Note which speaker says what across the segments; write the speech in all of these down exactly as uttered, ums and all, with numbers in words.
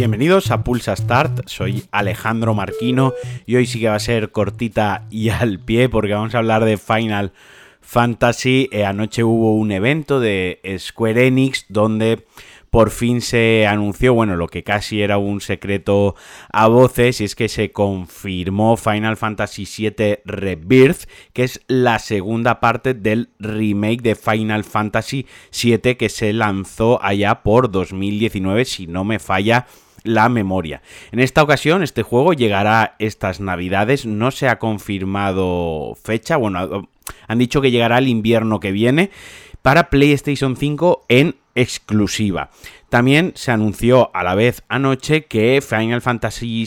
Speaker 1: Bienvenidos a Pulsa Start, soy Alejandro Marquino y hoy sí que va a ser cortita y al pie porque vamos a hablar de Final Fantasy. Eh, anoche hubo un evento de Square Enix donde por fin se anunció, bueno, lo que casi era un secreto a voces, y es que se confirmó Final Fantasy siete Rebirth, que es la segunda parte del remake de Final Fantasy siete que se lanzó allá por dos mil diecinueve, si no me falla la memoria. En esta ocasión este juego llegará estas navidades, no se ha confirmado fecha, bueno, han dicho que llegará el invierno que viene para PlayStation cinco en exclusiva. También se anunció a la vez anoche que Final Fantasy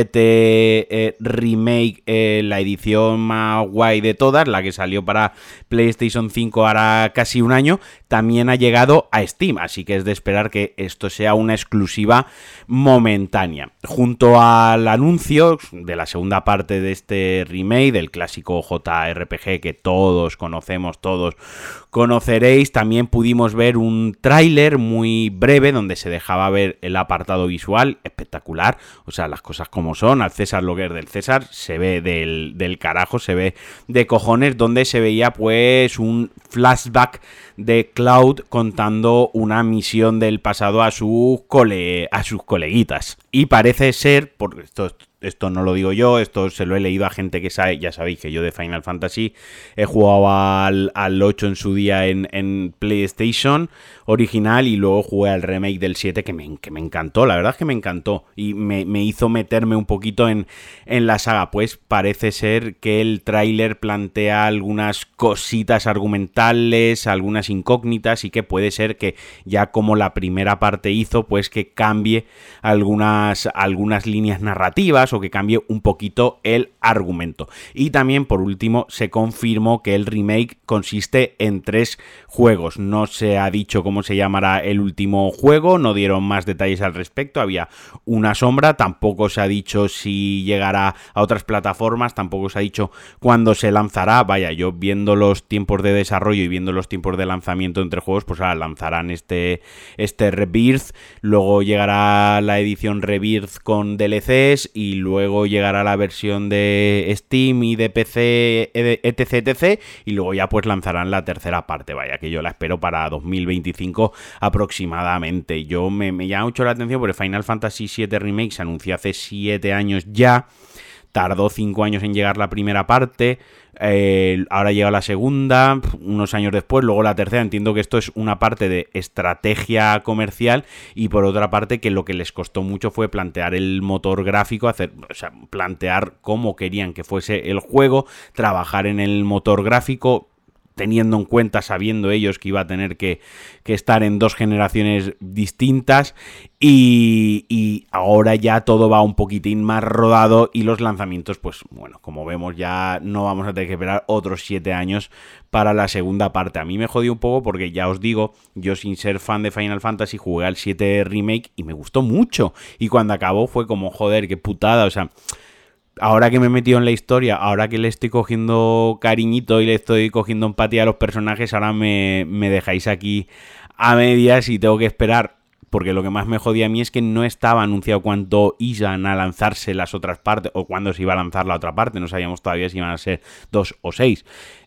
Speaker 1: siete eh, Remake, eh, la edición más guay de todas, la que salió para PlayStation cinco hará casi un año, también ha llegado a Steam, así que es de esperar que esto sea una exclusiva momentánea. Junto al anuncio de la segunda parte de este remake, del clásico J R P G que todos conocemos, todos conoceréis, también pudimos ver un tráiler muy breve donde se dejaba ver el apartado visual, espectacular, o sea, las cosas como son, al César lo que es del César, se ve del, del carajo, se ve de cojones, donde se veía pues un flashback de Cloud contando una misión del pasado a sus, cole, a sus coleguitas. Y parece ser, porque esto, esto no lo digo yo, esto se lo he leído a gente que sabe, ya sabéis que yo de Final Fantasy he jugado al, al ocho en su día en, en PlayStation original y luego jugué al remake del siete que me, que me encantó, la verdad es que me encantó y me, me hizo meterme un poquito en, en la saga. Pues parece ser que el tráiler plantea algunas cositas argumentales, algunas incógnitas y que puede ser que ya como la primera parte hizo, pues que cambie algunas, algunas líneas narrativas o que cambie un poquito el argumento. Y también por último se confirmó que el remake consiste en tres juegos. No se ha dicho cómo se llamará el último juego, no dieron más detalles al respecto, había una sombra, tampoco se ha dicho si llegará a otras plataformas, tampoco se ha dicho cuándo se lanzará. Vaya, yo viendo los tiempos de desarrollo y viendo los tiempos de lanzamiento entre juegos, pues ahora lanzarán este, este Rebirth, luego llegará la edición Rebirth con D L Cs y luego llegará la versión de Steam y de P C, etc, etc, y luego ya pues lanzarán la tercera parte. Vaya, que yo la espero para dos mil veinticinco aproximadamente. Yo me, me llama mucho la atención porque Final Fantasy siete Remake se anunció hace siete años ya, tardó cinco años en llegar la primera parte, eh, ahora llega la segunda, unos años después, luego la tercera. Entiendo que esto es una parte de estrategia comercial y por otra parte que lo que les costó mucho fue plantear el motor gráfico, hacer, o sea, plantear cómo querían que fuese el juego, trabajar en el motor gráfico, teniendo en cuenta, sabiendo ellos que iba a tener que, que estar en dos generaciones distintas y, y ahora ya todo va un poquitín más rodado y los lanzamientos, pues bueno, como vemos ya no vamos a tener que esperar otros siete años para la segunda parte. A mí me jodió un poco porque ya os digo, yo sin ser fan de Final Fantasy jugué al siete Remake y me gustó mucho y cuando acabó fue como joder, qué putada, o sea... Ahora que me he metido en la historia, ahora que le estoy cogiendo cariñito y le estoy cogiendo empatía a los personajes, ahora me, me dejáis aquí a medias y tengo que esperar, porque lo que más me jodía a mí es que no estaba anunciado cuándo iban a lanzarse las otras partes o cuándo se iba a lanzar la otra parte, no sabíamos todavía si iban a ser dos o seis.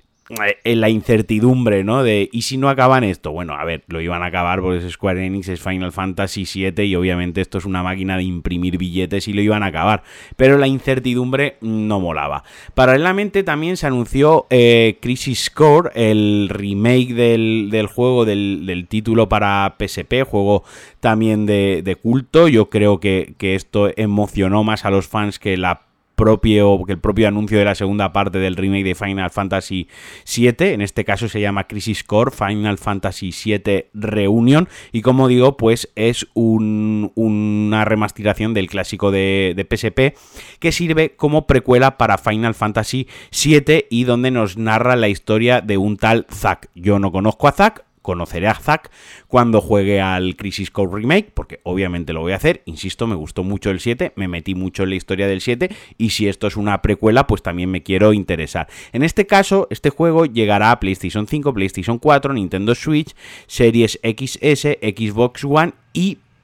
Speaker 1: En la incertidumbre, ¿no? De, ¿y si no acaban esto? Bueno, a ver, lo iban a acabar porque es Square Enix, es Final Fantasy siete y obviamente esto es una máquina de imprimir billetes y lo iban a acabar. Pero la incertidumbre no molaba. Paralelamente también se anunció eh, Crisis Core, el remake del, del juego, del, del título para P S P, juego también de, de culto. Yo creo que, que esto emocionó más a los fans que la propio que el propio anuncio de la segunda parte del remake de Final Fantasy siete. En este caso se llama Crisis Core Final Fantasy siete Reunion y como digo pues es un, una remasterización del clásico de, de P S P que sirve como precuela para Final Fantasy siete y donde nos narra la historia de un tal Zack. Yo no conozco a Zack, conoceré a Zack cuando juegue al Crisis Core Remake, porque obviamente lo voy a hacer. Insisto, me gustó mucho el siete, me metí mucho en la historia del siete, y si esto es una precuela, pues también me quiero interesar. En este caso, este juego llegará a PlayStation cinco, PlayStation cuatro, Nintendo Switch, Series X S, Xbox One y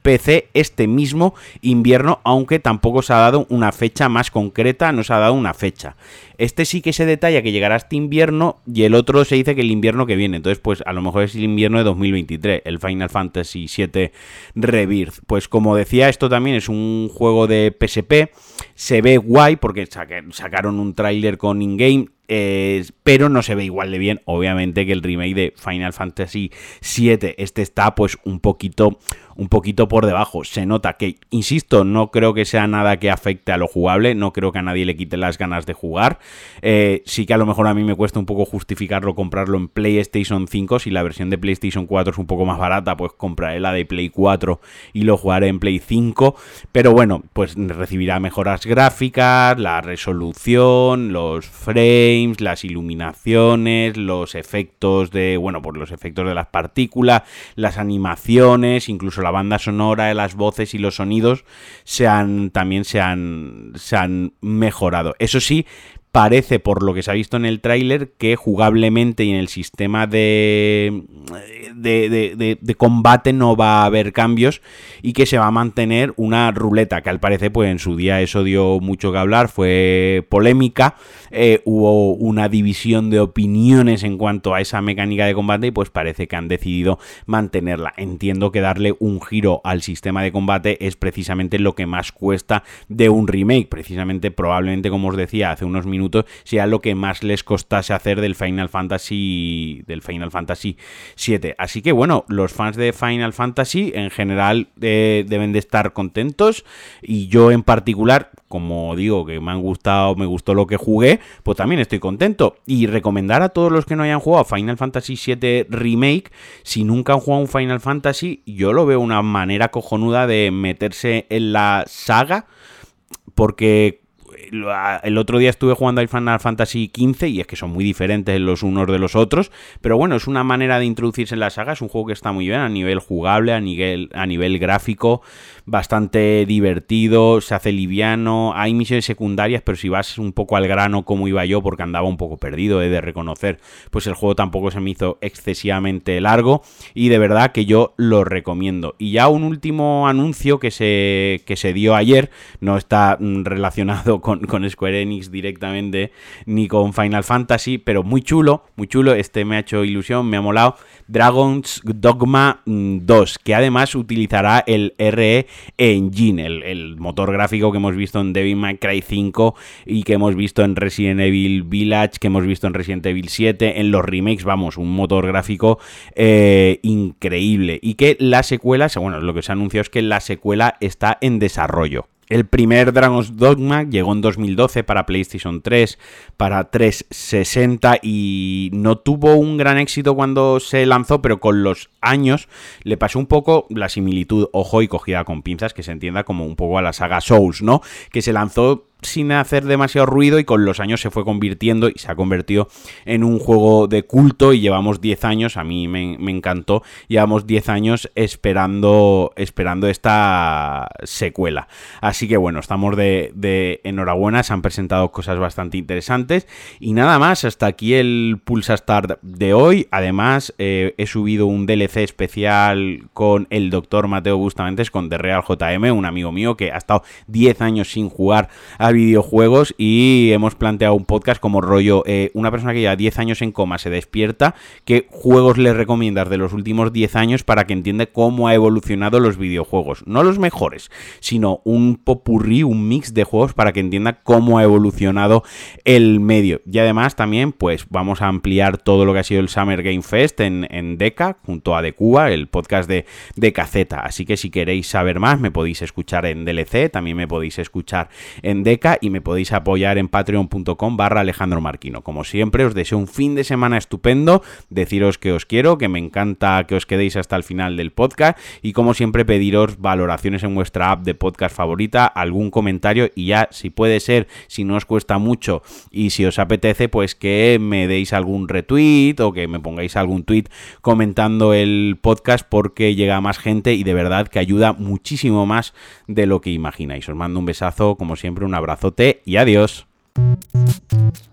Speaker 1: P C este mismo invierno, aunque tampoco se ha dado una fecha más concreta, no se ha dado una fecha. Este sí que se detalla que llegará este invierno y el otro se dice que el invierno que viene. Entonces, pues a lo mejor es el invierno de dos mil veintitrés, el Final Fantasy siete Rebirth. Pues como decía, esto también es un juego de P S P. Se ve guay porque sacaron un tráiler con in-game. Eh, pero no se ve igual de bien, obviamente, que el remake de Final Fantasy siete. Este está pues un poquito, un poquito por debajo. Se nota que, insisto, no creo que sea nada que afecte a lo jugable, no creo que a nadie le quite las ganas de jugar. Eh, sí que a lo mejor a mí me cuesta un poco justificarlo, comprarlo en PlayStation cinco. Si la versión de PlayStation cuatro es un poco más barata, pues compraré la de Play cuatro y lo jugaré en Play cinco. Pero bueno, pues recibirá mejoras gráficas, la resolución, los frames, las iluminaciones, los efectos de, bueno, pues los efectos de las partículas, las animaciones, incluso la banda sonora, las voces y los sonidos se han, también se han, se han mejorado. Eso sí, parece, por lo que se ha visto en el tráiler, que jugablemente y en el sistema de, de, de, de, de combate no va a haber cambios y que se va a mantener una ruleta, que al parecer pues en su día eso dio mucho que hablar, fue polémica, eh, hubo una división de opiniones en cuanto a esa mecánica de combate y pues parece que han decidido mantenerla. Entiendo que darle un giro al sistema de combate es precisamente lo que más cuesta de un remake, precisamente probablemente, como os decía hace unos minutos, sea lo que más les costase hacer del Final Fantasy del Final Fantasy siete. Así que bueno, los fans de Final Fantasy en general eh, deben de estar contentos y yo en particular, como digo que me han gustado, me gustó lo que jugué, pues también estoy contento. Y recomendar a todos los que no hayan jugado Final Fantasy siete Remake, si nunca han jugado un Final Fantasy, yo lo veo una manera cojonuda de meterse en la saga, porque el otro día estuve jugando al Final Fantasy quince y es que son muy diferentes los unos de los otros, pero bueno, es una manera de introducirse en la saga, es un juego que está muy bien a nivel jugable, a nivel, a nivel gráfico, bastante divertido, se hace liviano, hay misiones secundarias, pero si vas un poco al grano como iba yo, porque andaba un poco perdido, he de reconocer, pues el juego tampoco se me hizo excesivamente largo y de verdad que yo lo recomiendo. Y ya un último anuncio que se, que se dio ayer, no está relacionado con, con Square Enix directamente ni con Final Fantasy, pero muy chulo, muy chulo, este me ha hecho ilusión, me ha molado. Dragon's Dogma dos, que además utilizará el R E Engine, el, el motor gráfico que hemos visto en Devil May Cry cinco y que hemos visto en Resident Evil Village, que hemos visto en Resident Evil siete, en los remakes, vamos, un motor gráfico eh, increíble. Y que la secuela, bueno, lo que se ha anunciado es que la secuela está en desarrollo. El primer Dragon's Dogma llegó en dos mil doce para PlayStation tres, para trescientos sesenta y no tuvo un gran éxito cuando se lanzó, pero con los años le pasó un poco la similitud, ojo y cogida con pinzas, que se entienda como un poco a la saga Souls, ¿no? Que se lanzó sin hacer demasiado ruido y con los años se fue convirtiendo y se ha convertido en un juego de culto y llevamos diez años, a mí me, me encantó, llevamos diez años esperando, esperando esta secuela. Así que bueno, estamos de, de enhorabuena, se han presentado cosas bastante interesantes y nada más, hasta aquí el Pulsa Start de hoy. Además eh, he subido un D L C especial con el doctor Mateo Bustamentes, con The Real J M, un amigo mío que ha estado diez años sin jugar a videojuegos y hemos planteado un podcast como rollo, eh, una persona que lleva diez años en coma se despierta, ¿qué juegos le recomiendas de los últimos diez años para que entienda cómo ha evolucionado los videojuegos? No los mejores, sino un popurrí, un mix de juegos para que entienda cómo ha evolucionado el medio. Y además también pues vamos a ampliar todo lo que ha sido el Summer Game Fest en, en Deca, junto a De Cuba, el podcast de Decaceta. Así que si queréis saber más me podéis escuchar en D L C, también me podéis escuchar en Deca y me podéis apoyar en patreon.com barra Alejandro Marquino. Como siempre, os deseo un fin de semana estupendo, deciros que os quiero, que me encanta que os quedéis hasta el final del podcast y como siempre pediros valoraciones en vuestra app de podcast favorita, algún comentario y ya, si puede ser, si no os cuesta mucho y si os apetece, pues que me deis algún retweet o que me pongáis algún tweet comentando el podcast, porque llega a más gente y de verdad que ayuda muchísimo más de lo que imagináis. Os mando un besazo, como siempre, un abrazote y adiós.